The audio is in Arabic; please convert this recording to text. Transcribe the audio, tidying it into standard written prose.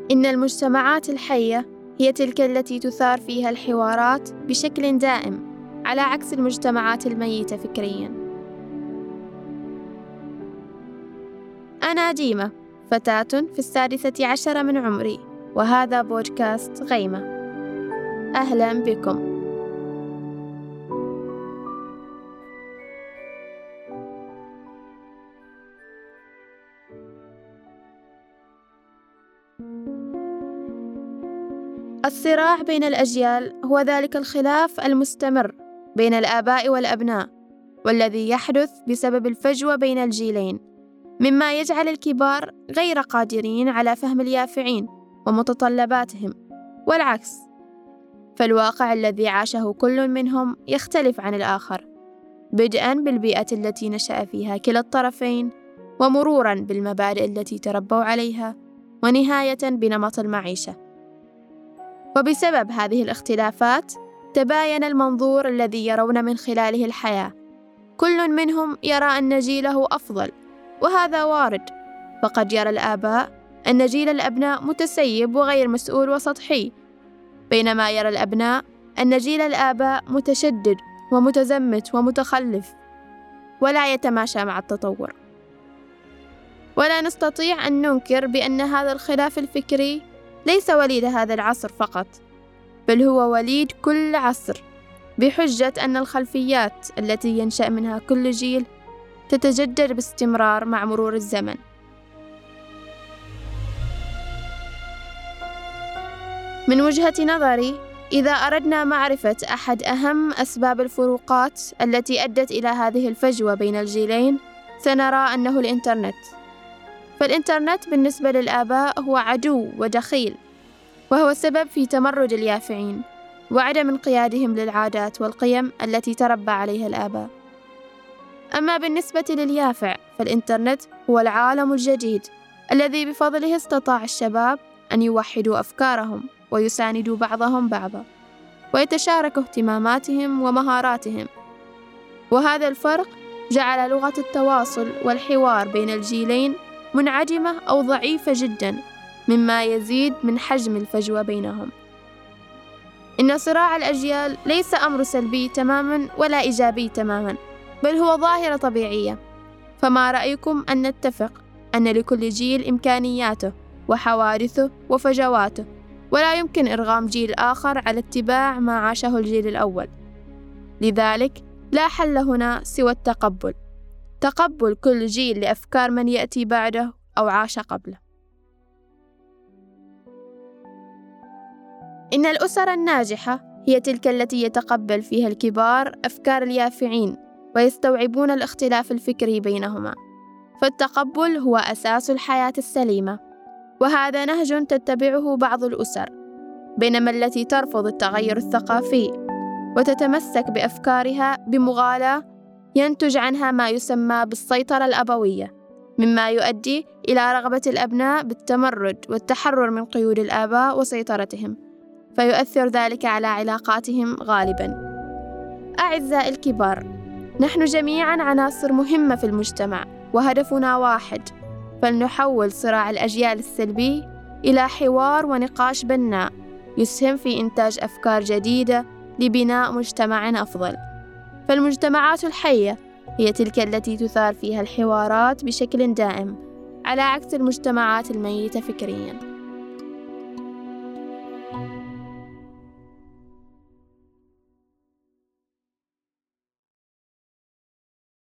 إن المجتمعات الحية هي تلك التي تثار فيها الحوارات بشكل دائم، على عكس المجتمعات الميتة فكرياً. أنا ديمة، فتاة في 16 من عمري، وهذا بودكاست غيمة. أهلاً بكم. الصراع بين الأجيال هو ذلك الخلاف المستمر بين الآباء والأبناء، والذي يحدث بسبب الفجوة بين الجيلين، مما يجعل الكبار غير قادرين على فهم اليافعين ومتطلباتهم، والعكس، فالواقع الذي عاشه كل منهم يختلف عن الآخر، بدءاً بالبيئة التي نشأ فيها كلا الطرفين، ومروراً بالمبادئ التي تربوا عليها، ونهاية بنمط المعيشة. وبسبب هذه الاختلافات تباين المنظور الذي يرون من خلاله الحياة. كل منهم يرى أن جيله أفضل، وهذا وارد، فقد يرى الآباء أن جيل الأبناء متسيب وغير مسؤول وسطحي، بينما يرى الأبناء أن جيل الآباء متشدد ومتزمت ومتخلف، ولا يتماشى مع التطور. ولا نستطيع أن ننكر بأن هذا الخلاف الفكري ليس وليد هذا العصر فقط، بل هو وليد كل عصر، بحجة أن الخلفيات التي ينشأ منها كل جيل تتجدد باستمرار مع مرور الزمن. من وجهة نظري، إذا أردنا معرفة أحد أهم أسباب الفروقات التي أدت إلى هذه الفجوة بين الجيلين، سنرى أنه الإنترنت. فالإنترنت بالنسبة للآباء هو عدو ودخيل، وهو السبب في تمرد اليافعين وعدم انقيادهم للعادات والقيم التي تربى عليها الآباء. أما بالنسبة لليافع، فالإنترنت هو العالم الجديد الذي بفضله استطاع الشباب أن يوحدوا أفكارهم ويساندوا بعضهم بعضا، ويتشاركوا اهتماماتهم ومهاراتهم. وهذا الفرق جعل لغة التواصل والحوار بين الجيلين منعدمة أو ضعيفة جداً، مما يزيد من حجم الفجوة بينهم. إن صراع الأجيال ليس أمر سلبي تماماً ولا إيجابي تماماً، بل هو ظاهرة طبيعية. فما رأيكم أن نتفق أن لكل جيل إمكانياته وحوادثه وفجواته، ولا يمكن إرغام جيل آخر على اتباع ما عاشه الجيل الأول؟ لذلك لا حل هنا سوى التقبل، تقبل كل جيل لأفكار من يأتي بعده أو عاش قبله. إن الأسر الناجحة هي تلك التي يتقبل فيها الكبار أفكار اليافعين ويستوعبون الاختلاف الفكري بينهما، فالتقبل هو أساس الحياة السليمة، وهذا نهج تتبعه بعض الأسر، بينما التي ترفض التغير الثقافي وتتمسك بأفكارها بمغالاة ينتج عنها ما يسمى بالسيطرة الأبوية، مما يؤدي إلى رغبة الأبناء بالتمرد والتحرر من قيود الآباء وسيطرتهم، فيؤثر ذلك على علاقاتهم غالباً. أعزائي الكبار، نحن جميعاً عناصر مهمة في المجتمع، وهدفنا واحد، فلنحول صراع الأجيال السلبي إلى حوار ونقاش بناء يسهم في إنتاج أفكار جديدة لبناء مجتمع أفضل. فالمجتمعات الحية هي تلك التي تثار فيها الحوارات بشكل دائم، على عكس المجتمعات الميتة فكرياً.